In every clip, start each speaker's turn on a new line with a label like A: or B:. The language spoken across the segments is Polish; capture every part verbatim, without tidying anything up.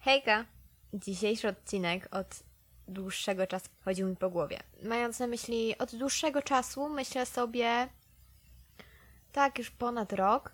A: Hejka! Dzisiejszy odcinek od dłuższego czasu chodził mi po głowie. Mając na myśli od dłuższego czasu, myślę sobie tak już ponad rok.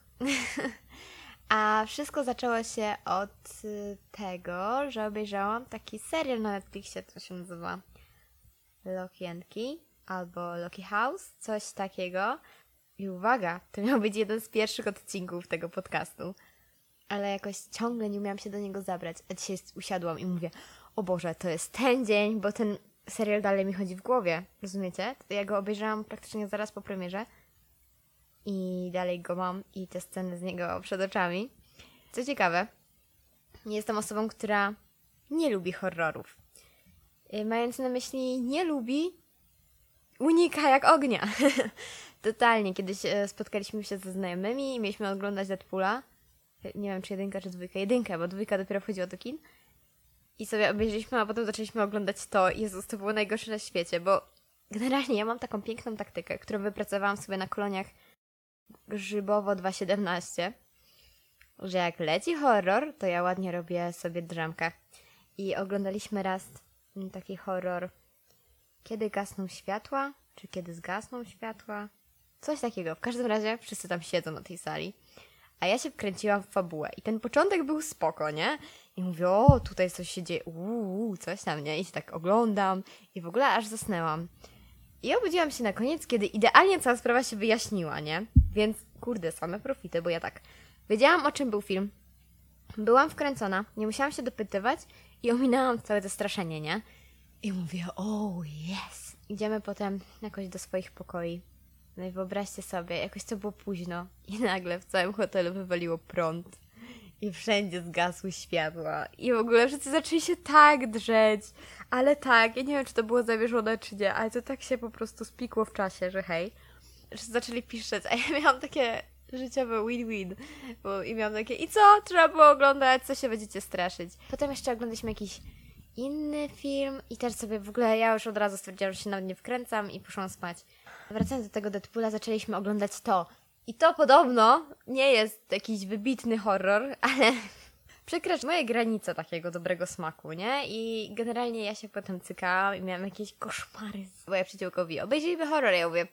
A: A wszystko zaczęło się od tego, że obejrzałam taki serial na Netflixie, to się nazywa Lock and Key albo Lucky House, coś takiego. I uwaga, to miał być jeden z pierwszych odcinków tego podcastu. Ale jakoś ciągle nie umiałam się do niego zabrać. A dzisiaj usiadłam i mówię, o Boże, to jest ten dzień, bo ten serial dalej mi chodzi w głowie. Rozumiecie? Ja go obejrzałam praktycznie zaraz po premierze. I dalej go mam i te sceny z niego przed oczami. Co ciekawe, jestem osobą, która nie lubi horrorów. Mając na myśli nie lubi, unika jak ognia. Totalnie. Kiedyś spotkaliśmy się ze znajomymi i mieliśmy oglądać Deadpoola. Nie wiem, czy jedynka, czy dwójka. Jedynka, bo dwójka dopiero wchodziła do kin. I sobie obejrzeliśmy, a potem zaczęliśmy oglądać to. Jezus, to było najgorsze na świecie, bo generalnie ja mam taką piękną taktykę, którą wypracowałam sobie na koloniach Grzybowo dwa tysiące siedemnaście, że jak leci horror, to ja ładnie robię sobie drzemkę. I oglądaliśmy raz taki horror Kiedy gasną światła, czy Kiedy zgasną światła. Coś takiego. W każdym razie wszyscy tam siedzą na tej sali. A ja się wkręciłam w fabułę. I ten początek był spoko, nie? I mówię, o, tutaj coś się dzieje, uuu, coś tam, nie? I się tak oglądam. I w ogóle aż zasnęłam. I obudziłam się na koniec, kiedy idealnie cała sprawa się wyjaśniła, nie? Więc, kurde, same profity, bo ja tak wiedziałam, o czym był film. Byłam wkręcona, nie musiałam się dopytywać i ominęłam całe to straszenie, nie? I mówię, o, yes! Idziemy potem jakoś do swoich pokoi. No i wyobraźcie sobie, jakoś to było późno i nagle w całym hotelu wywaliło prąd i wszędzie zgasły światła i w ogóle wszyscy zaczęli się tak drzeć, ale tak, ja nie wiem, czy to było zamierzone, czy nie, ale to tak się po prostu spikło w czasie, że hej, że zaczęli piszczeć, a ja miałam takie życiowe win-win, bo i miałam takie, i co? Trzeba było oglądać, co się będziecie straszyć. Potem jeszcze oglądaliśmy jakiś inny film i też sobie w ogóle ja już od razu stwierdziłam, że się nawet nie wkręcam i poszłam spać. Wracając do tego Deadpoola, zaczęliśmy oglądać to. I to podobno nie jest jakiś wybitny horror, ale przekracza moje granice takiego dobrego smaku, nie? I generalnie ja się potem cykałam i miałam jakieś koszmary. Moja przyjaciółkowi obejrzyjmy horror, ja mówię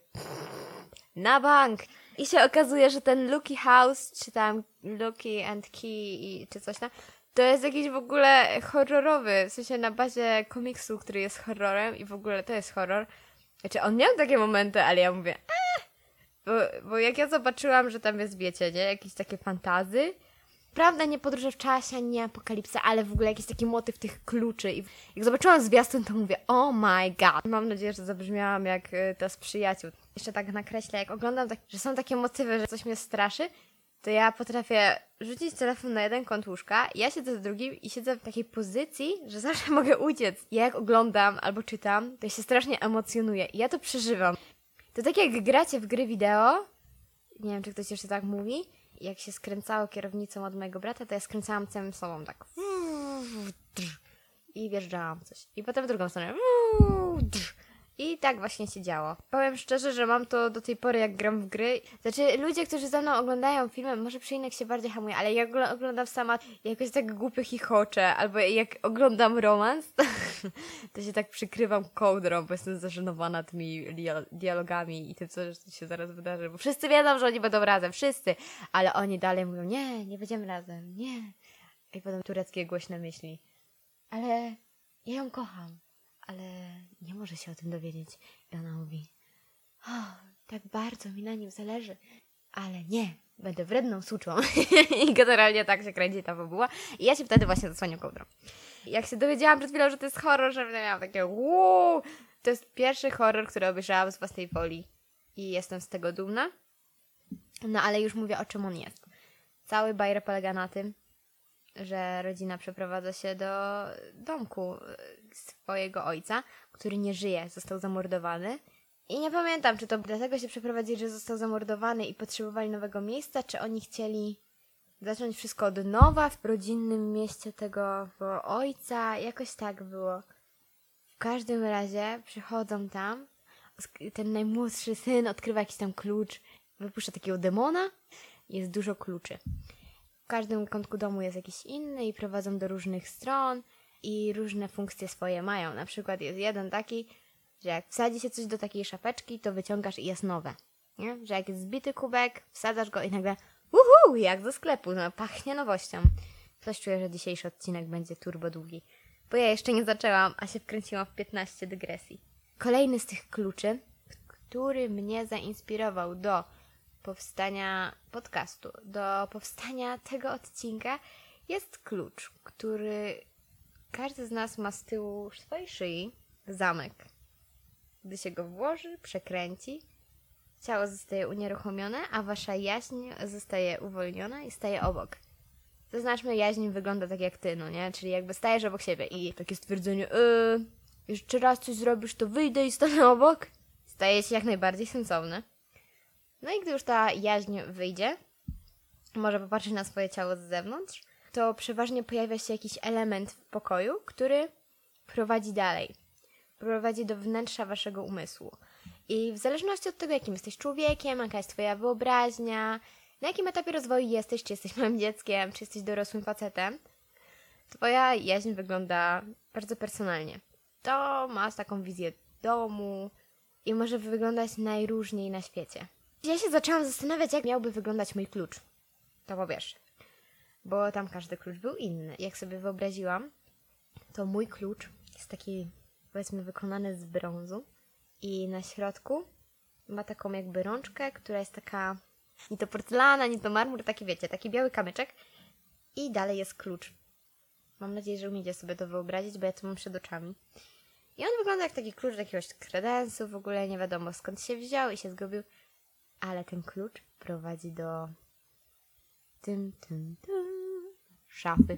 A: na bank. I się okazuje, że ten Lucky House, czy tam Lucky and Key, czy coś tam, to jest jakiś w ogóle horrorowy, w sensie na bazie komiksu, który jest horrorem i w ogóle to jest horror. Znaczy, on miał takie momenty, ale ja mówię, eee! bo, bo jak ja zobaczyłam, że tam jest, wiecie, nie, jakieś takie fantazy, prawda, nie podróże w czasie, nie apokalipsa, ale w ogóle jakiś taki motyw tych kluczy i jak zobaczyłam zwiastun, to mówię, oh my god. Mam nadzieję, że zabrzmiałam jak ta z przyjaciół. Jeszcze tak nakreślę, jak oglądam, tak, że są takie motywy, że coś mnie straszy, to ja potrafię rzucić telefon na jeden kąt łóżka, ja siedzę z drugim i siedzę w takiej pozycji, że zawsze mogę uciec. Ja jak oglądam albo czytam, to ja się strasznie emocjonuję i ja to przeżywam. To tak jak gracie w gry wideo, nie wiem, czy ktoś jeszcze tak mówi, jak się skręcało kierownicą od mojego brata, to ja skręcałam całym sobą tak i wjeżdżałam coś. I potem w drugą stronę i tak właśnie się działo. Powiem szczerze, że mam to do tej pory, jak gram w gry. Znaczy, ludzie, którzy ze mną oglądają filmy, może przyjnek się bardziej hamuje, ale jak oglądam sama, jakoś tak głupio chichoczę, albo jak oglądam romans, to, to się tak przykrywam kołdrą, bo jestem zażenowana tymi dialogami i tym, co się zaraz wydarzy. Bo wszyscy wiedzą, że oni będą razem, wszyscy, ale oni dalej mówią, nie, nie będziemy razem, nie. I potem tureckie głośne myśli. Ale ja ją kocham. Ale nie może się o tym dowiedzieć. I ona mówi, o, tak bardzo mi na nim zależy, ale nie, będę wredną suczą. I generalnie tak się kręci ta fabuła. I ja się wtedy właśnie zasłaniam kołdrą. Jak się dowiedziałam przed chwilą, że to jest horror, że miałam takie wow, to jest pierwszy horror, który obejrzałam z własnej woli. I jestem z tego dumna. No ale już mówię, o czym on jest. Cały bajer polega na tym, że rodzina przeprowadza się do domku swojego ojca, który nie żyje, został zamordowany. I nie pamiętam, czy to dlatego się przeprowadzili, że został zamordowany i potrzebowali nowego miejsca, czy oni chcieli zacząć wszystko od nowa w rodzinnym mieście tego ojca. Jakoś tak było. W każdym razie przychodzą tam, ten najmłodszy syn odkrywa jakiś tam klucz, wypuszcza takiego demona, jest dużo kluczy. W każdym kątku domu jest jakiś inny i prowadzą do różnych stron i różne funkcje swoje mają. Na przykład jest jeden taki, że jak wsadzi się coś do takiej szapeczki, to wyciągasz i jest nowe. Nie? Że jak jest zbity kubek, wsadzasz go i nagle uhu, jak do sklepu, no pachnie nowością. Coś czuję, że dzisiejszy odcinek będzie turbo długi. Bo ja jeszcze nie zaczęłam, a się wkręciłam w piętnaście dygresji. Kolejny z tych kluczy, który mnie zainspirował do powstania podcastu, do powstania tego odcinka, jest klucz, który każdy z nas ma z tyłu swojej szyi, zamek. Gdy się go włoży, przekręci, ciało zostaje unieruchomione, a wasza jaźń zostaje uwolniona i staje obok. Zaznaczmy, jaźń wygląda tak jak ty, no nie? Czyli jakby stajesz obok siebie i takie stwierdzenie, yy, jeszcze raz coś zrobisz, to wyjdę i stanę obok, staje się jak najbardziej sensowne. No i gdy już ta jaźń wyjdzie, może popatrzeć na swoje ciało z zewnątrz, to przeważnie pojawia się jakiś element w pokoju, który prowadzi dalej. Prowadzi do wnętrza waszego umysłu. I w zależności od tego, jakim jesteś człowiekiem, jaka jest twoja wyobraźnia, na jakim etapie rozwoju jesteś, czy jesteś małym dzieckiem, czy jesteś dorosłym facetem, twoja jaźń wygląda bardzo personalnie. To masz taką wizję domu i może wyglądać najróżniej na świecie. Ja się zaczęłam zastanawiać, jak miałby wyglądać mój klucz. To po pierwsze. Bo tam każdy klucz był inny. Jak sobie wyobraziłam, to mój klucz jest taki, powiedzmy, wykonany z brązu i na środku ma taką jakby rączkę, która jest taka ni to porcelana, ni to marmur, taki wiecie, taki biały kamyczek i dalej jest klucz. Mam nadzieję, że umiecie sobie to wyobrazić, bo ja to mam przed oczami. I on wygląda jak taki klucz do jakiegoś kredensu, w ogóle nie wiadomo skąd się wziął i się zgubił, ale ten klucz prowadzi do tym, tym, tym, szafy.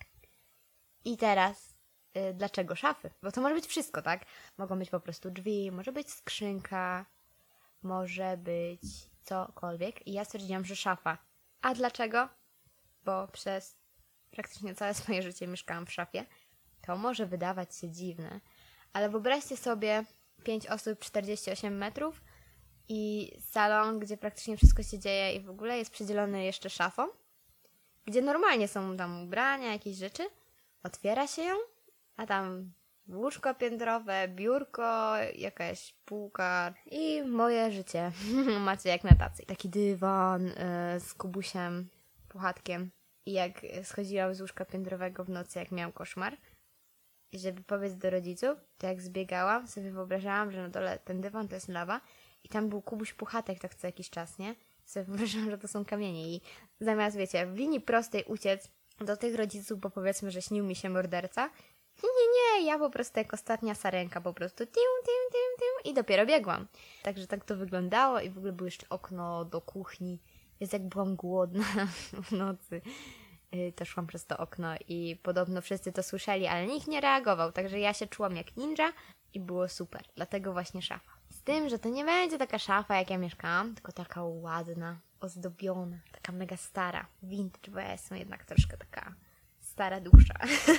A: I teraz yy, dlaczego szafy? Bo to może być wszystko, tak? Mogą być po prostu drzwi, może być skrzynka, może być cokolwiek. I ja stwierdziłam, że szafa. A dlaczego? Bo przez praktycznie całe swoje życie mieszkałam w szafie. To może wydawać się dziwne, ale wyobraźcie sobie pięć osób, czterdzieści osiem metrów i salon, gdzie praktycznie wszystko się dzieje i w ogóle jest przydzielony jeszcze szafą, gdzie normalnie są tam ubrania, jakieś rzeczy. Otwiera się ją, a tam łóżko piętrowe, biurko, jakaś półka i moje życie macie jak na tacy. Taki dywan yy, z kubusiem, puchatkiem. I jak schodziłam z łóżka piętrowego w nocy, jak miałam koszmar, i żeby powiedzieć do rodziców, to jak zbiegałam, sobie wyobrażałam, że na dole ten dywan to jest lawa i tam był kubuś puchatek tak co jakiś czas, nie? Sobie wyobrażałam, że to są kamienie i zamiast, wiecie, w linii prostej uciec do tych rodziców, bo powiedzmy, że śnił mi się morderca, nie, nie, nie, ja po prostu jak ostatnia sarenka po prostu tim, tim, tim, tim i dopiero biegłam. Także tak to wyglądało i w ogóle było jeszcze okno do kuchni, więc jak byłam głodna w nocy, to szłam przez to okno i podobno wszyscy to słyszeli, ale nikt nie reagował, także ja się czułam jak ninja i było super, dlatego właśnie szafa. Z tym, że to nie będzie taka szafa jak ja mieszkałam, tylko taka ładna, ozdobiona, taka mega stara, vintage, bo ja jestem jednak troszkę taka stara dusza.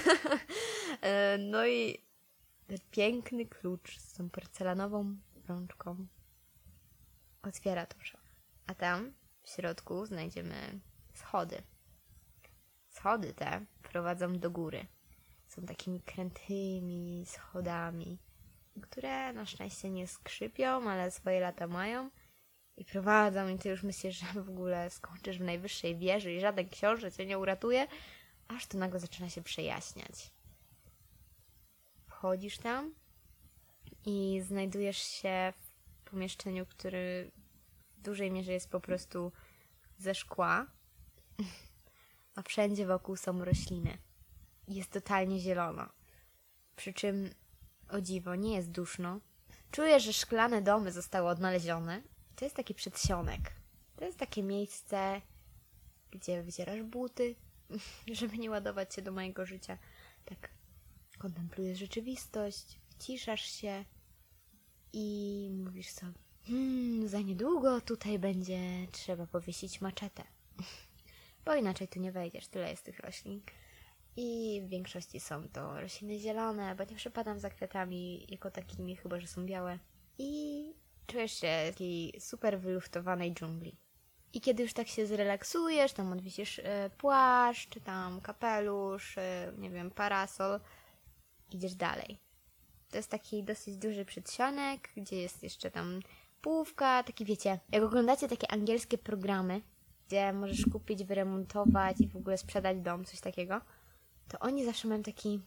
A: No i ten piękny klucz z tą porcelanową rączką otwiera tą szafę, a tam w środku znajdziemy schody. Schody te prowadzą do góry. Są takimi krętymi schodami, które na szczęście nie skrzypią, ale swoje lata mają i prowadzą i ty już myślisz, że w ogóle skończysz w najwyższej wieży i żaden książę cię nie uratuje, aż tu nagle zaczyna się przejaśniać. Wchodzisz tam i znajdujesz się w pomieszczeniu, który w dużej mierze jest po prostu ze szkła, a wszędzie wokół są rośliny. Jest totalnie zielono. Przy czym, o dziwo, nie jest duszno. Czuję, że szklane domy zostały odnalezione. To jest taki przedsionek. To jest takie miejsce, gdzie wycierasz buty, żeby nie ładować się do mojego życia. Tak kontemplujesz rzeczywistość, ciszasz się i mówisz sobie, hmm, za niedługo tutaj będzie trzeba powiesić maczetę. Bo inaczej tu nie wejdziesz, tyle jest tych roślin. I w większości są to rośliny zielone, bo nie przepadam za kwiatami jako takimi, chyba że są białe. I czujesz się w takiej super wyluftowanej dżungli. I kiedy już tak się zrelaksujesz, tam odwisisz y, płaszcz, czy tam kapelusz, y, nie wiem, parasol, idziesz dalej. To jest taki dosyć duży przedsionek, gdzie jest jeszcze tam połówka, taki wiecie, jak oglądacie takie angielskie programy, gdzie możesz kupić, wyremontować i w ogóle sprzedać dom, coś takiego, to oni zawsze mają taki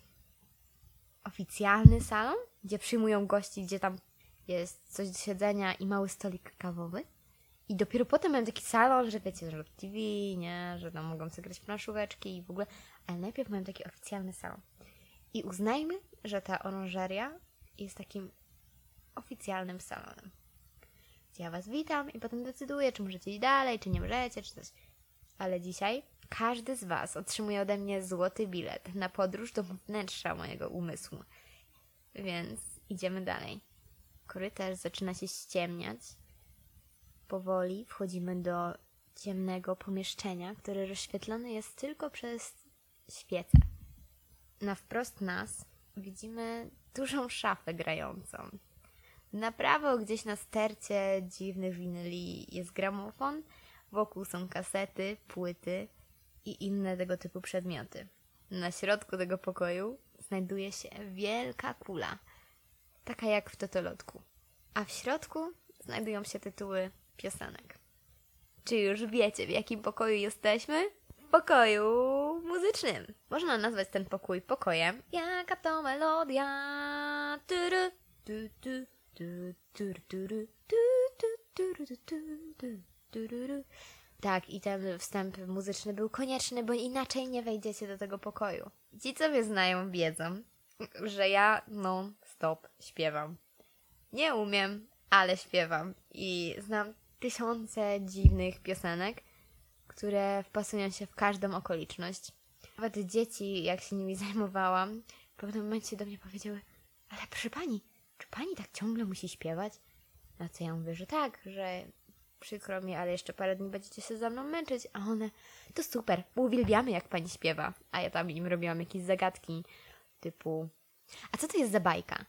A: oficjalny salon, gdzie przyjmują gości, gdzie tam jest coś do siedzenia i mały stolik kawowy. I dopiero potem mają taki salon, że wiecie, że T V, nie, że tam mogą sobie grać w planszóweczki i w ogóle, ale najpierw mają taki oficjalny salon. I uznajmy, że ta oranżeria jest takim oficjalnym salonem. Gdzie ja was witam i potem decyduję, czy możecie iść dalej, czy nie możecie, czy coś. Ale dzisiaj każdy z was otrzymuje ode mnie złoty bilet na podróż do wnętrza mojego umysłu. Więc idziemy dalej. Korytarz zaczyna się ściemniać. Powoli wchodzimy do ciemnego pomieszczenia, które rozświetlone jest tylko przez świecę. Na wprost nas widzimy dużą szafę grającą. Na prawo gdzieś na stercie dziwnych winyli jest gramofon, wokół są kasety, płyty i inne tego typu przedmioty. Na środku tego pokoju znajduje się wielka kula, taka jak w totolotku. A w środku znajdują się tytuły piosenek. Czy już wiecie, w jakim pokoju jesteśmy? W pokoju muzycznym. Można nazwać ten pokój pokojem. Jaka to melodia. Tyry, ty, ty, ty, tyry, tyry, ty, ty, tyry, ty, ty, tyry. Tak, i ten wstęp muzyczny był konieczny, bo inaczej nie wejdziecie do tego pokoju. Ci, co mnie znają, wiedzą, że ja non-stop śpiewam. Nie umiem, ale śpiewam. I znam tysiące dziwnych piosenek, które wpasują się w każdą okoliczność. Nawet dzieci, jak się nimi zajmowałam, w pewnym momencie do mnie powiedziały: ale proszę pani, czy pani tak ciągle musi śpiewać? Na co ja mówię, że tak, że przykro mi, ale jeszcze parę dni będziecie się ze mną męczyć. A one: to super, uwielbiamy jak pani śpiewa. A ja tam im robiłam jakieś zagadki typu: a co to jest za bajka?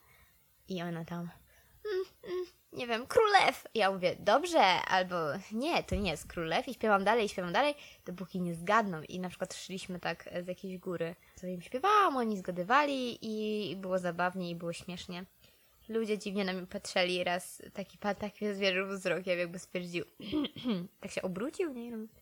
A: I ona tam: mm, mm, nie wiem, Królew. I ja mówię: dobrze, albo nie, to nie jest Królew. I śpiewam dalej, i śpiewam dalej, dopóki nie zgadną. I na przykład szliśmy tak z jakiejś góry, co im śpiewałam, oni zgadywali i było zabawnie i było śmiesznie. Ludzie dziwnie na mnie patrzyli, raz taki pan tak mnie zwierzył wzrokiem, jakby stwierdził, tak się obrócił, nie wiem.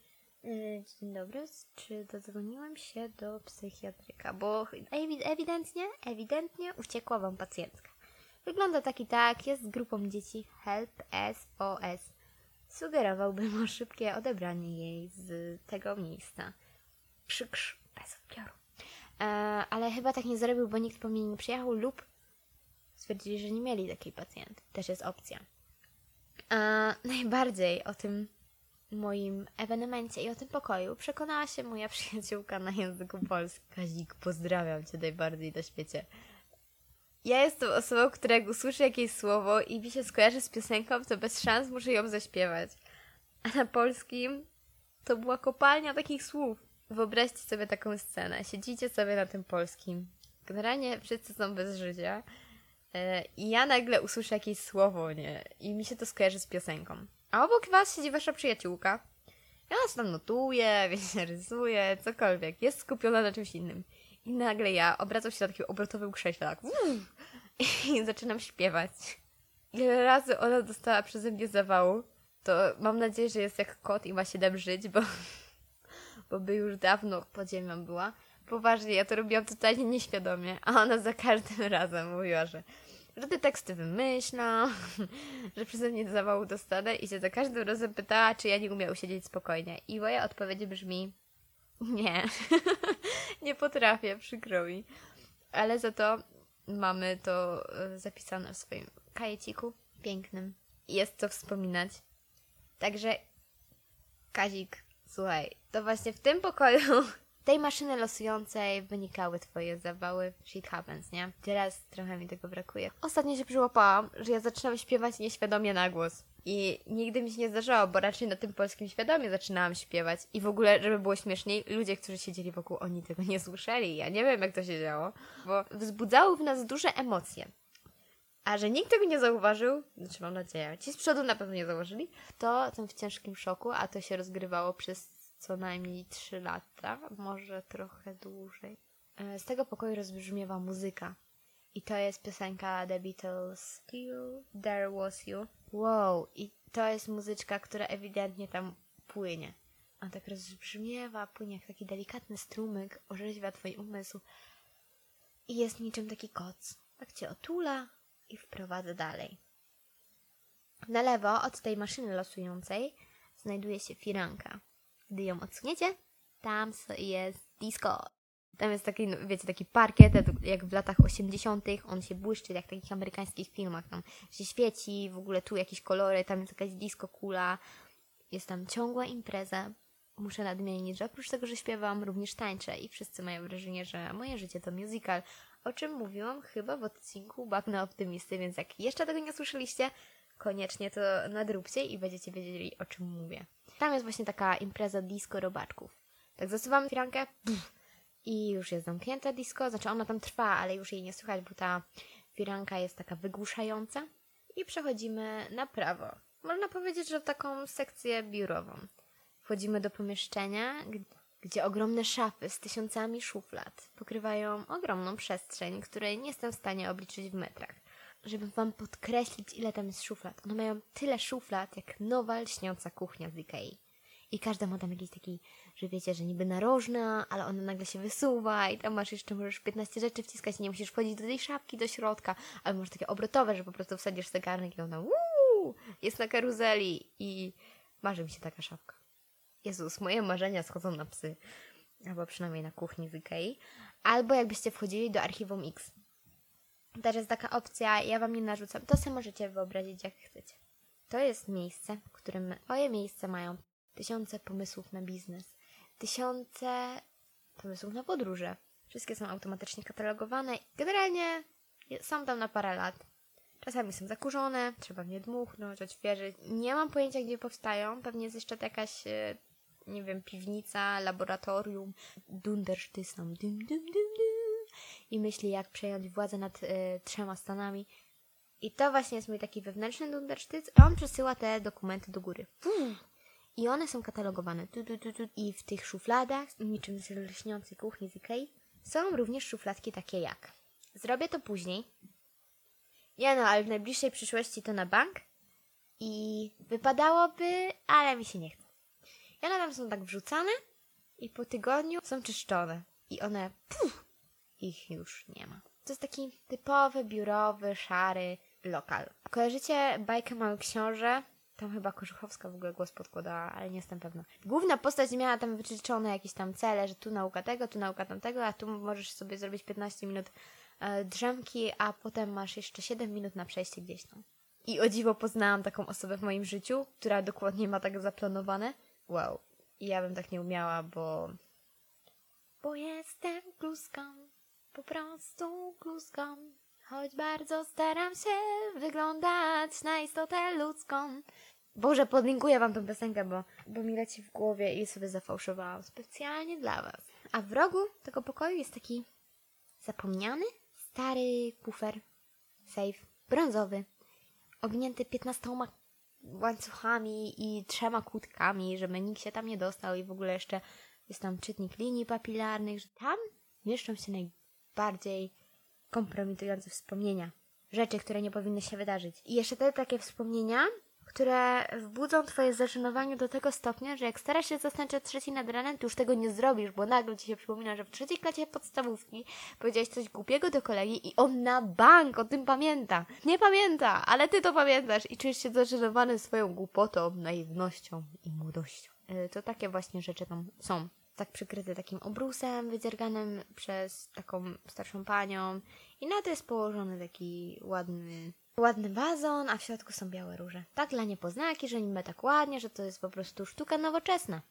A: Dzień dobry, czy dodzwoniłem się do psychiatryka, bo ewi- ewidentnie, ewidentnie uciekła wam pacjentka. Wygląda tak i tak, jest z grupą dzieci Help S O S. Sugerowałbym o szybkie odebranie jej z tego miejsca. Krzyk, krzyk, bez odbioru. E, ale chyba tak nie zrobił, bo nikt po mnie nie przyjechał lub stwierdzili, że nie mieli takiej pacjentki. Też jest opcja. A najbardziej o tym moim ewenemencie i o tym pokoju przekonała się moja przyjaciółka na języku polskim. Kazik, pozdrawiam cię najbardziej na świecie. Ja jestem osobą, która jak usłyszy jakieś słowo i mi się skojarzy z piosenką, to bez szans muszę ją zaśpiewać. A na polskim to była kopalnia takich słów. Wyobraźcie sobie taką scenę. Siedzicie sobie na tym polskim. Generalnie wszyscy są bez życia. I ja nagle usłyszę jakieś słowo, nie? I mi się to skojarzy z piosenką. A obok was siedzi wasza przyjaciółka. I ona się tam notuje, wiecie, rysuje, cokolwiek. Jest skupiona na czymś innym. I nagle ja obracam się na takim obrotowym krześle, tak. I zaczynam śpiewać. Ile razy ona dostała przeze mnie zawału, to mam nadzieję, że jest jak kot i ma siedem żyć, bo, bo by już dawno pod ziemią była. Poważnie, ja to robiłam totalnie nieświadomie, a ona za każdym razem mówiła, że, że te teksty wymyśla, że przeze mnie zawału dostanę i się za każdym razem pytała, czy ja nie umiem usiedzieć spokojnie. I moja odpowiedź brzmi: nie, nie potrafię, przykro mi. Ale za to mamy to zapisane w swoim kajeciku pięknym. Jest co wspominać. Także Kazik, słuchaj, to właśnie w tym pokoju tej maszyny losującej wynikały twoje zawały. Shit happens, nie? Teraz trochę mi tego brakuje. Ostatnio się przyłapałam, że ja zaczynam śpiewać nieświadomie na głos. I nigdy mi się nie zdarzało, bo raczej na tym polskim świadomie zaczynałam śpiewać. I w ogóle, żeby było śmieszniej, ludzie, którzy siedzieli wokół, oni tego nie słyszeli. Ja nie wiem, jak to się działo, bo wzbudzało w nas duże emocje. A że nikt tego nie zauważył, znaczy mam nadzieję, ci z przodu na pewno nie zauważyli, to jestem w ciężkim szoku, a to się rozgrywało przez co najmniej trzy lata, może trochę dłużej. Z tego pokoju rozbrzmiewa muzyka. I to jest piosenka The Beatles, Still There Was You. Wow, i to jest muzyczka, która ewidentnie tam płynie. On tak rozbrzmiewa, płynie jak taki delikatny strumyk, orzeźwia twój umysł. I jest niczym taki koc. Tak cię otula i wprowadza dalej. Na lewo od tej maszyny losującej znajduje się firanka. Gdy ją odsuniecie, tam jest disco. Tam jest taki, no, wiecie, taki parkiet, jak w latach osiemdziesiątych. On się błyszczy jak w takich amerykańskich filmach. Tam się świeci, w ogóle tu jakieś kolory, tam jest jakaś disco kula. Jest tam ciągła impreza. Muszę nadmienić, że oprócz tego, że śpiewam, również tańczę i wszyscy mają wrażenie, że moje życie to musical, o czym mówiłam chyba w odcinku Bagna Optymisty, więc jak jeszcze tego nie słyszeliście, koniecznie to nadróbcie i będziecie wiedzieli, o czym mówię. Tam jest właśnie taka impreza disco robaczków. Tak zasuwam firankę pff, i już jest zamknięte disco, znaczy ona tam trwa, ale już jej nie słychać, bo ta firanka jest taka wygłuszająca i przechodzimy na prawo. Można powiedzieć, że w taką sekcję biurową. Wchodzimy do pomieszczenia, gdzie ogromne szafy z tysiącami szuflad pokrywają ogromną przestrzeń, której nie jestem w stanie obliczyć w metrach. Żeby wam podkreślić, ile tam jest szuflad. One mają tyle szuflad, jak nowa, lśniąca kuchnia z Ikei. I każda ma tam jakiś taki, że wiecie, że niby narożna, ale ona nagle się wysuwa i tam masz jeszcze, możesz piętnaście rzeczy wciskać i nie musisz wchodzić do tej szafki, do środka. Albo masz takie obrotowe, że po prostu wsadzisz zegarnek i ona uuu, jest na karuzeli i marzy mi się taka szafka. Jezus, moje marzenia schodzą na psy. Albo przynajmniej na kuchni z Ikei. Albo jakbyście wchodzili do Archiwum X. Też jest taka opcja, ja wam nie narzucam. To sobie możecie wyobrazić jak chcecie. To jest miejsce, w którym twoje miejsce mają tysiące pomysłów na biznes. Tysiące pomysłów na podróże. Wszystkie są automatycznie katalogowane. Generalnie są tam na parę lat. Czasami są zakurzone, trzeba w nie dmuchnąć, odświeżyć. Nie mam pojęcia, gdzie powstają. Pewnie jest jeszcze jakaś, nie wiem, piwnica, laboratorium. Dundersztysną. Dum, dum, dum, dum. I myśli, jak przejąć władzę nad y, trzema stanami. I to właśnie jest mój taki wewnętrzny dundersztyc. A on przesyła te dokumenty do góry. Uff. I one są katalogowane. Tu, tu, tu, tu. I w tych szufladach, niczym z lśniącej kuchni z Ikei, są również szufladki takie jak: zrobię to później. Nie no, ale w najbliższej przyszłości to na bank. I wypadałoby, ale mi się nie chce. I one tam są tak wrzucane i po tygodniu są czyszczone. I one, puf, ich już nie ma. To jest taki typowy, biurowy, szary lokal. Kojarzycie bajkę Mały Książę? Tam chyba Korzuchowska w ogóle głos podkładała, ale nie jestem pewna. Główna postać miała tam wytyczone jakieś tam cele, że tu nauka tego, tu nauka tamtego, a tu możesz sobie zrobić piętnaście minut e, drzemki, a potem masz jeszcze siedem minut na przejście gdzieś tam. I o dziwo poznałam taką osobę w moim życiu, która dokładnie ma tak zaplanowane. Wow. I ja bym tak nie umiała, bo... Bo jestem kluską. Po prostu kluską. Choć bardzo staram się wyglądać na istotę ludzką. Boże, podlinkuję wam tą piosenkę, bo, bo mi leci w głowie i sobie zafałszowałam specjalnie dla was. A w rogu tego pokoju jest taki zapomniany, stary kufer, safe, brązowy, owinięty piętnastoma łańcuchami i trzema kłódkami, żeby nikt się tam nie dostał i w ogóle jeszcze jest tam czytnik linii papilarnych, że tam mieszczą się najbardziej kompromitujące wspomnienia. Rzeczy, które nie powinny się wydarzyć. I jeszcze te takie wspomnienia, które wbudzą twoje zażenowanie do tego stopnia, że jak starasz się zasnąć o trzeciej nad ranem, to już tego nie zrobisz, bo nagle ci się przypomina, że w trzeciej klasie podstawówki powiedziałeś coś głupiego do kolegi i on na bank o tym pamięta. Nie pamięta, ale ty to pamiętasz i czujesz się zażenowany swoją głupotą, naiwnością i młodością. Yy, to takie właśnie rzeczy tam są. Tak przykryty takim obrusem wydzierganym przez taką starszą panią i na to jest położony taki ładny ładny wazon, a w środku są białe róże. Tak dla niepoznaki, że niby tak ładnie, że to jest po prostu sztuka nowoczesna.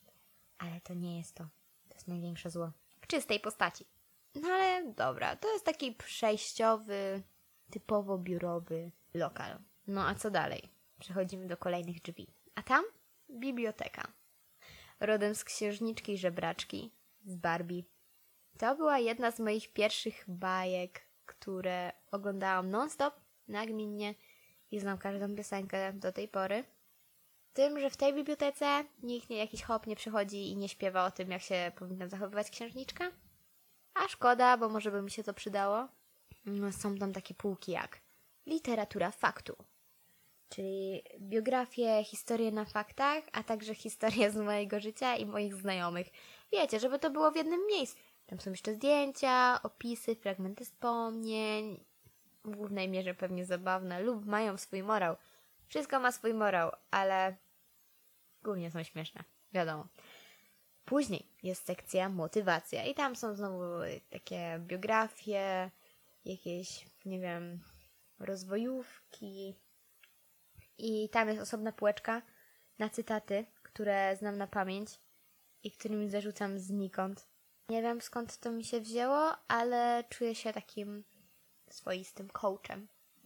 A: Ale to nie jest to. To jest największe zło. W czystej postaci. No ale dobra, to jest taki przejściowy, typowo biurowy lokal. No a co dalej? Przechodzimy do kolejnych drzwi. A tam? Biblioteka. Rodem z Księżniczki i Żebraczki, z Barbie. To była jedna z moich pierwszych bajek, które oglądałam non-stop nagminnie i znam każdą piosenkę do tej pory. Tym, że w tej bibliotece nikt nie jakiś hop nie przychodzi i nie śpiewa o tym, jak się powinna zachowywać księżniczka. A szkoda, bo może by mi się to przydało. No, są tam takie półki jak literatura faktu, czyli biografie, historie na faktach, a także historie z mojego życia i moich znajomych. Wiecie, żeby to było w jednym miejscu. Tam są jeszcze zdjęcia, opisy, fragmenty wspomnień, w głównej mierze pewnie zabawne lub mają swój morał. Wszystko ma swój morał, ale głównie są śmieszne, wiadomo. Później jest sekcja motywacja i tam są znowu takie biografie, jakieś, nie wiem, rozwojówki i tam jest osobna półeczka na cytaty, które znam na pamięć i którymi zarzucam znikąd. Nie wiem skąd to mi się wzięło, ale czuję się takim swoistym coachem.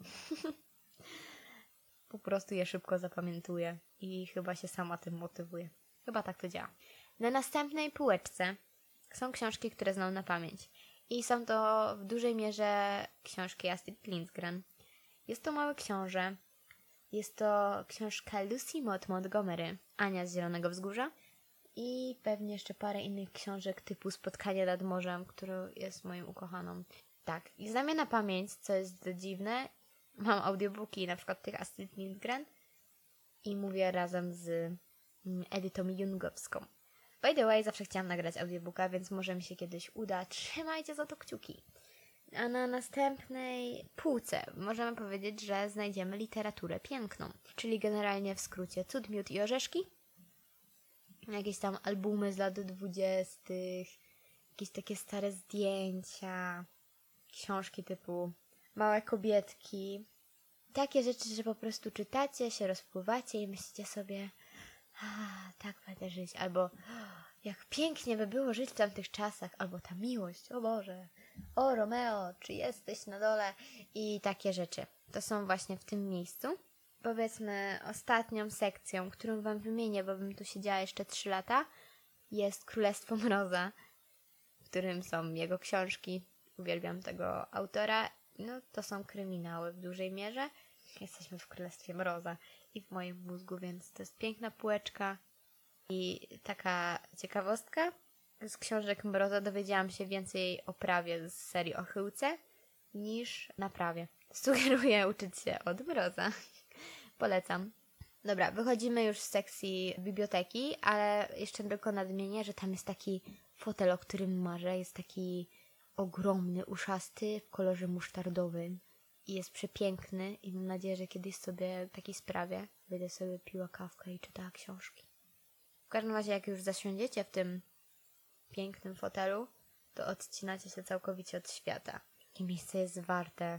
A: Po prostu je szybko zapamiętuję i chyba się sama tym motywuję. Chyba tak to działa. Na następnej półeczce są książki, które znam na pamięć. I są to w dużej mierze książki Astrid Lindgren. Jest to Mały Książę. Jest to książka Lucy Maud Montgomery, Ania z Zielonego Wzgórza. I pewnie jeszcze parę innych książek typu Spotkanie nad Morzem, która jest moją ukochaną. Tak, i znam je na pamięć, co jest dziwne. Mam audiobooki na przykład tych Astrid Lindgren i mówię razem z Edytą Jungowską. By the way, zawsze chciałam nagrać audiobooka, więc może mi się kiedyś uda. Trzymajcie za to kciuki. A na następnej półce możemy powiedzieć, że znajdziemy literaturę piękną, czyli generalnie w skrócie Cud, miód i orzeszki. Jakieś tam albumy z lat dwudziestych, jakieś takie stare zdjęcia, książki typu Małe kobietki. Takie rzeczy, że po prostu czytacie, się rozpływacie i myślicie sobie, a, tak będę żyć, albo jak pięknie by było żyć w tamtych czasach, albo ta miłość, o Boże, o Romeo, czy jesteś na dole i takie rzeczy. To są właśnie w tym miejscu. Powiedzmy ostatnią sekcją, którą wam wymienię, bo bym tu siedziała jeszcze trzy lata, jest Królestwo Mroza, w którym są jego książki. Uwielbiam tego autora. No to są kryminały w dużej mierze. Jesteśmy w Królestwie Mroza i w moim mózgu, więc to jest piękna półeczka. I taka ciekawostka, z książek Mroza dowiedziałam się więcej o prawie z serii o Chyłce niż na prawie. Sugeruję uczyć się od Mroza. Polecam. Dobra, wychodzimy już z sekcji biblioteki, ale jeszcze tylko nadmienię, że tam jest taki fotel, o którym marzę. Jest taki ogromny, uszasty, w kolorze musztardowym. I jest przepiękny i mam nadzieję, że kiedyś sobie taki sprawię. Będę sobie piła kawkę i czytała książki. W każdym razie, jak już zasiądziecie w tym pięknym fotelu, to odcinacie się całkowicie od świata. Takie miejsce jest warte.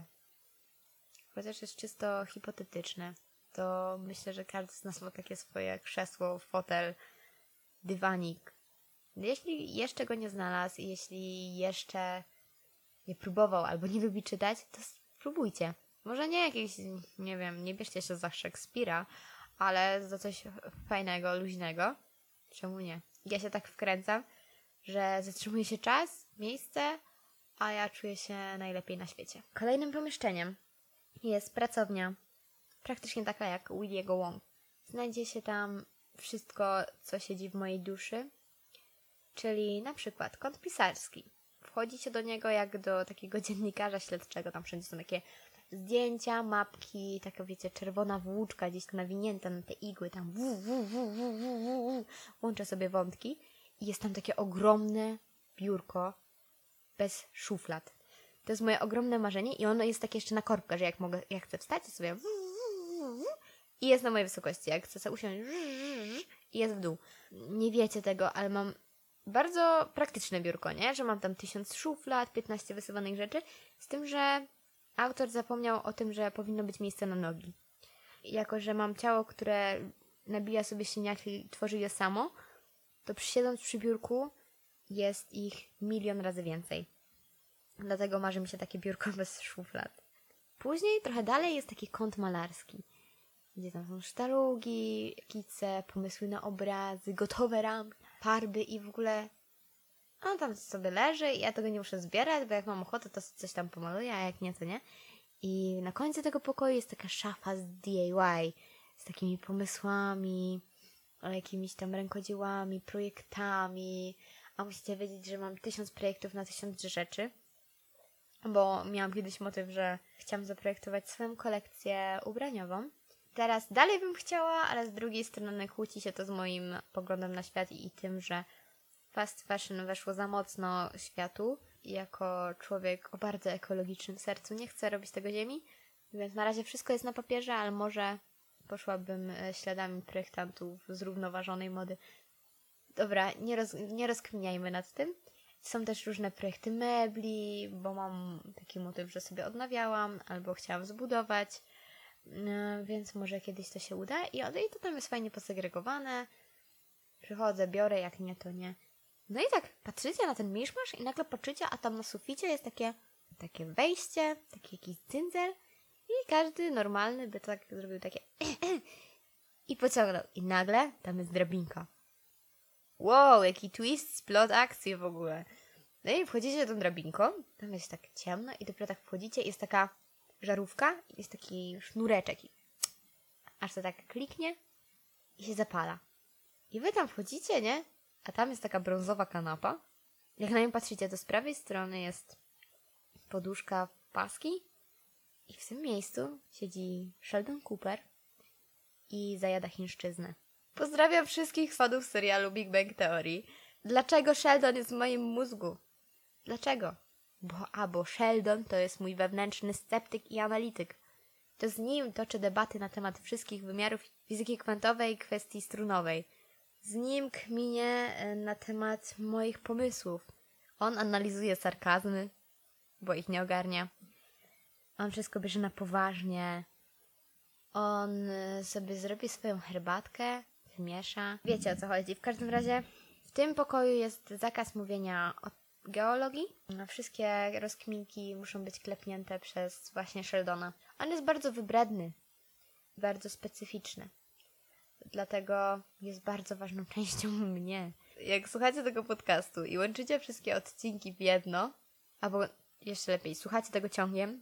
A: Chociaż jest czysto hipotetyczne, to myślę, że każdy z nas ma takie swoje krzesło, fotel, dywanik. Jeśli jeszcze go nie znalazł i jeśli jeszcze nie próbował albo nie lubi czytać, to spróbujcie. Może nie jakiś, nie wiem, nie bierzcie się za Szekspira, ale za coś fajnego, luźnego. Czemu nie? Ja się tak wkręcam, że zatrzymuje się czas, miejsce, a ja czuję się najlepiej na świecie. Kolejnym pomieszczeniem jest pracownia, praktycznie taka jak Williego Wong. Znajdzie się tam wszystko, co siedzi w mojej duszy, czyli na przykład kąt pisarski. Wchodzicie do niego jak do takiego dziennikarza śledczego, tam wszędzie są takie zdjęcia, mapki, taka wiecie, czerwona włóczka gdzieś nawinięta na te igły, tam wu, wu, wu, wu, wu, wu. Łączę sobie wątki i jest tam takie ogromne biurko bez szuflad. To jest moje ogromne marzenie i ono jest takie jeszcze na korbkę, że jak mogę, jak chcę wstać, to sobie i jest na mojej wysokości. Jak chcę sobie usiąść i jest w dół. Nie wiecie tego, ale mam bardzo praktyczne biurko, nie? Że mam tam tysiąc szuflad, piętnaście wysuwanych rzeczy, z tym, że autor zapomniał o tym, że powinno być miejsce na nogi. Jako że mam ciało, które nabija sobie siniaki i tworzy je samo, to siedząc przy biurku jest ich milion razy więcej. Dlatego marzy mi się takie biurko bez szuflad. Później trochę dalej jest taki kąt malarski, gdzie tam są sztalugi, kice, pomysły na obrazy, gotowe ramki, farby i w ogóle on tam sobie leży i ja tego nie muszę zbierać, bo jak mam ochotę, to coś tam pomaluję, a jak nie, to nie. I na końcu tego pokoju jest taka szafa z D I Y, z takimi pomysłami, jakimiś tam rękodziełami, projektami. A musicie wiedzieć, że mam tysiąc projektów na tysiąc rzeczy, bo miałam kiedyś motyw, że chciałam zaprojektować swoją kolekcję ubraniową. Teraz dalej bym chciała, ale z drugiej strony kłóci się to z moim poglądem na świat i tym, że fast fashion weszło za mocno światu. I jako człowiek o bardzo ekologicznym sercu nie chcę robić tego ziemi, więc na razie wszystko jest na papierze, ale może poszłabym śladami projektantów zrównoważonej mody. Dobra, nie, roz, nie rozkminiajmy nad tym. Są też różne projekty mebli, bo mam taki motyw, że sobie odnawiałam albo chciałam zbudować, no, więc może kiedyś to się uda. I, I to tam jest fajnie posegregowane. Przychodzę, biorę, jak nie, to nie. No i tak patrzycie na ten miszmasz i nagle patrzycie, a tam na suficie jest takie, takie wejście, taki jakiś cyndzel i każdy normalny by tak zrobił takie i pociągnął. I nagle tam jest drabinka. Wow, jaki twist, splot akcji w ogóle. No i wchodzicie tą drabinką, tam jest tak ciemno i dopiero tak wchodzicie i jest taka żarówka, jest taki sznureczek. Aż to tak kliknie i się zapala. I wy tam wchodzicie, nie? A tam jest taka brązowa kanapa. Jak na nią patrzycie, to z prawej strony jest poduszka w paski i w tym miejscu siedzi Sheldon Cooper i zajada chińszczyznę. Pozdrawiam wszystkich fanów serialu Big Bang Theory. Dlaczego Sheldon jest w moim mózgu? Dlaczego? Bo, a, bo Sheldon to jest mój wewnętrzny sceptyk i analityk. To z nim toczę debaty na temat wszystkich wymiarów fizyki kwantowej i kwestii strunowej. Z nim kminię na temat moich pomysłów. On analizuje sarkazmy, bo ich nie ogarnia. On wszystko bierze na poważnie. On sobie zrobi swoją herbatkę, wymiesza. Wiecie, o co chodzi. W każdym razie w tym pokoju jest zakaz mówienia o geologii. Wszystkie rozkminki muszą być klepnięte przez właśnie Sheldona. On jest bardzo wybredny, bardzo specyficzny. Dlatego jest bardzo ważną częścią mnie. Jak słuchacie tego podcastu i łączycie wszystkie odcinki w jedno, albo jeszcze lepiej, słuchacie tego ciągiem,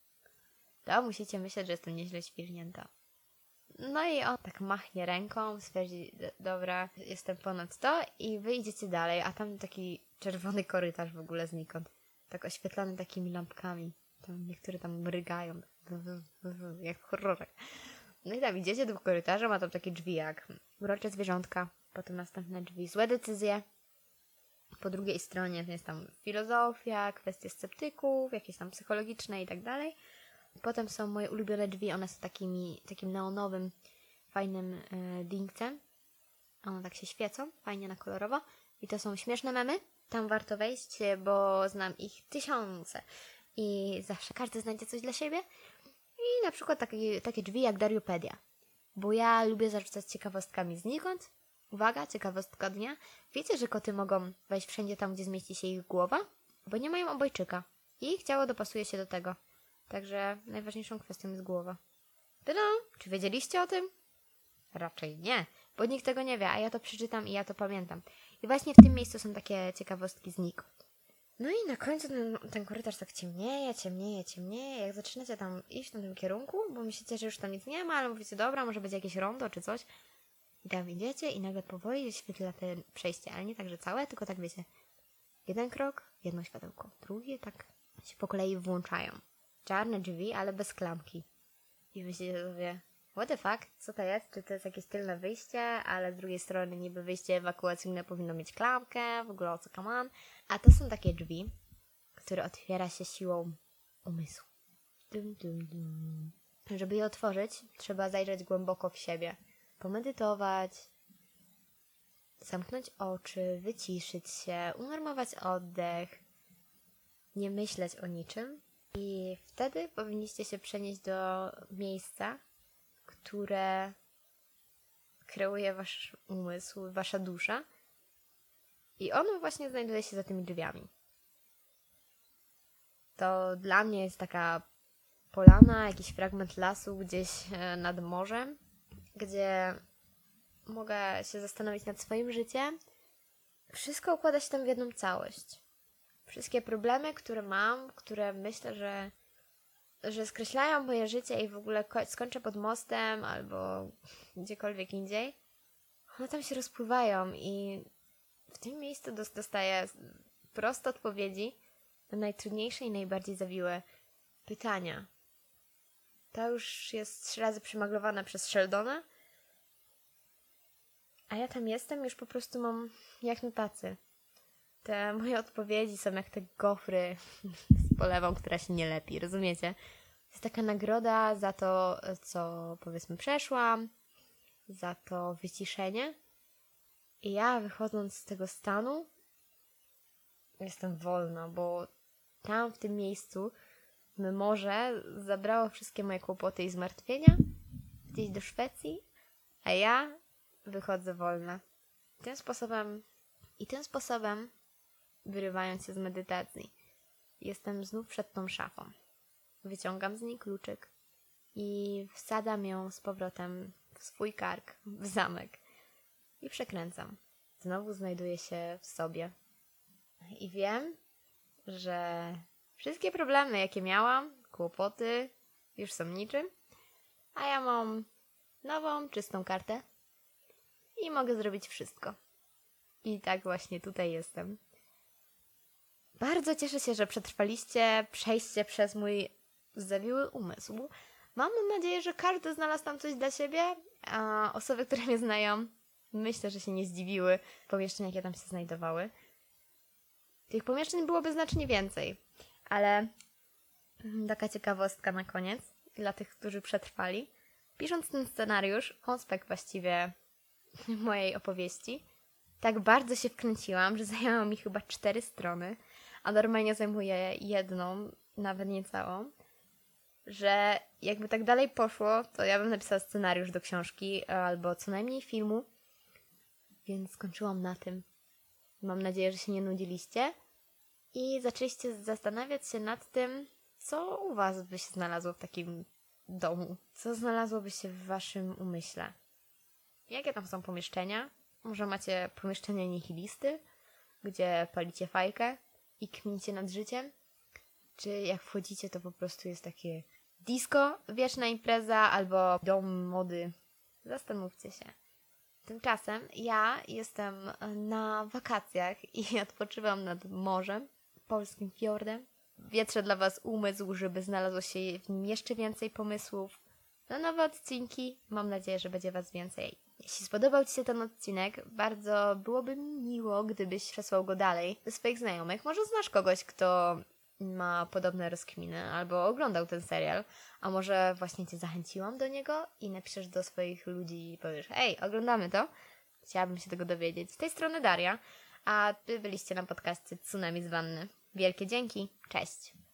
A: to musicie myśleć, że jestem nieźle świrnięta. No i on tak machnie ręką, stwierdzi, dobra, jestem ponad to i wy idziecie dalej, a tam taki czerwony korytarz w ogóle znikąd. Tak oświetlony takimi lampkami. Tam niektóre tam mrygają, jak w horrorach. No i tam idziecie tym korytarzem, a tam takie drzwi jak urocze zwierzątka, potem następne drzwi, złe decyzje. Po drugiej stronie jest tam filozofia, kwestie sceptyków, jakieś tam psychologiczne i tak dalej. Potem są moje ulubione drzwi, one są takimi, takim neonowym, fajnym yy, dingcem. One tak się świecą, fajnie na kolorowo. I to są śmieszne memy. Tam warto wejść, bo znam ich tysiące. I zawsze każdy znajdzie coś dla siebie. I na przykład takie, takie drzwi jak Dariopedia. Bo ja lubię zarzucać ciekawostkami znikąd. Uwaga, ciekawostka dnia. Wiecie, że koty mogą wejść wszędzie tam, gdzie zmieści się ich głowa? Bo nie mają obojczyka. I ich ciało dopasuje się do tego. Także najważniejszą kwestią jest głowa. No, czy wiedzieliście o tym? Raczej nie, bo nikt tego nie wie, a ja to przeczytam i ja to pamiętam. I właśnie w tym miejscu są takie ciekawostki znikąd. No i na końcu ten, ten korytarz tak ciemnieje, ciemnieje, ciemnieje. Jak zaczynacie tam iść w tym kierunku, bo myślicie, że już tam nic nie ma, ale mówicie, dobra, może być jakieś rondo czy coś. I tam idziecie i nagle powoli wyświetla te przejście, ale nie tak, że całe, tylko tak wiecie. Jeden krok, jedno światełko, drugie tak się po kolei włączają. Czarne drzwi, ale bez klamki. I myślicie sobie, what the fuck, co to jest? Czy to jest jakieś tylne wyjście, ale z drugiej strony niby wyjście ewakuacyjne powinno mieć klamkę, w ogóle o co come on. A to są takie drzwi, które otwiera się siłą umysłu. Dum, dum, dum. Żeby je otworzyć, trzeba zajrzeć głęboko w siebie. Pomedytować, zamknąć oczy, wyciszyć się, unormować oddech, nie myśleć o niczym. I wtedy powinniście się przenieść do miejsca, które kreuje wasz umysł, wasza dusza. I ono właśnie znajduje się za tymi drzwiami. To dla mnie jest taka polana, jakiś fragment lasu gdzieś nad morzem, gdzie mogę się zastanowić nad swoim życiem. Wszystko układa się tam w jedną całość. Wszystkie problemy, które mam, które myślę, że że skreślają moje życie i w ogóle ko- skończę pod mostem albo gdziekolwiek indziej, one tam się rozpływają i w tym miejscu dos- dostaję proste odpowiedzi na najtrudniejsze i najbardziej zawiłe pytania. Ta już jest trzy razy przemaglowana przez Sheldona, a ja tam jestem, już po prostu mam jak na tacy. Te moje odpowiedzi są jak te gofry z polewą, która się nie lepi, rozumiecie? To jest taka nagroda za to, co powiedzmy przeszłam, za to wyciszenie. I ja wychodząc z tego stanu jestem wolna, bo tam w tym miejscu w morze zabrało wszystkie moje kłopoty i zmartwienia gdzieś do Szwecji, a ja wychodzę wolna. Tym sposobem i tym sposobem wyrywając się z medytacji jestem znów przed tą szafą. Wyciągam z niej kluczyk i wsadzam ją z powrotem w swój kark, w zamek i przekręcam. Znowu znajduję się w sobie. I wiem, że wszystkie problemy, jakie miałam, kłopoty, już są niczym, a ja mam nową, czystą kartę i mogę zrobić wszystko. I tak właśnie tutaj jestem. Bardzo cieszę się, że przetrwaliście przejście przez mój zawiły umysł. Mam nadzieję, że każdy znalazł tam coś dla siebie, a osoby, które mnie znają, myślę, że się nie zdziwiły pomieszczeń, jakie tam się znajdowały. Tych pomieszczeń byłoby znacznie więcej, ale taka ciekawostka na koniec dla tych, którzy przetrwali. Pisząc ten scenariusz, konspekt właściwie mojej opowieści, tak bardzo się wkręciłam, że zajęło mi chyba cztery strony, a normalnie zajmuje jedną, nawet nie całą, że jakby tak dalej poszło, to ja bym napisała scenariusz do książki albo co najmniej filmu, więc skończyłam na tym. Mam nadzieję, że się nie nudziliście i zaczęliście zastanawiać się nad tym, co u was by się znalazło w takim domu, co znalazłoby się w waszym umyśle. Jakie tam są pomieszczenia? Może macie pomieszczenie nihilisty, gdzie palicie fajkę i kminicie nad życiem? Czy jak wchodzicie, to po prostu jest takie disco, wieczna impreza albo dom mody? Zastanówcie się. Tymczasem ja jestem na wakacjach i odpoczywam nad morzem, polskim fiordem. Wietrzę dla was umysł, żeby znalazło się w nim jeszcze więcej pomysłów na nowe odcinki. Mam nadzieję, że będzie was więcej. Jeśli spodobał ci się ten odcinek, bardzo byłoby mi miło, gdybyś przesłał go dalej do swoich znajomych. Może znasz kogoś, kto ma podobne rozkminy albo oglądał ten serial, a może właśnie cię zachęciłam do niego i napiszesz do swoich ludzi i powiesz: hej, oglądamy to? Chciałabym się tego dowiedzieć. Z tej strony Daria, a wy byliście na podcaście Tsunami z Wanny. Wielkie dzięki, cześć!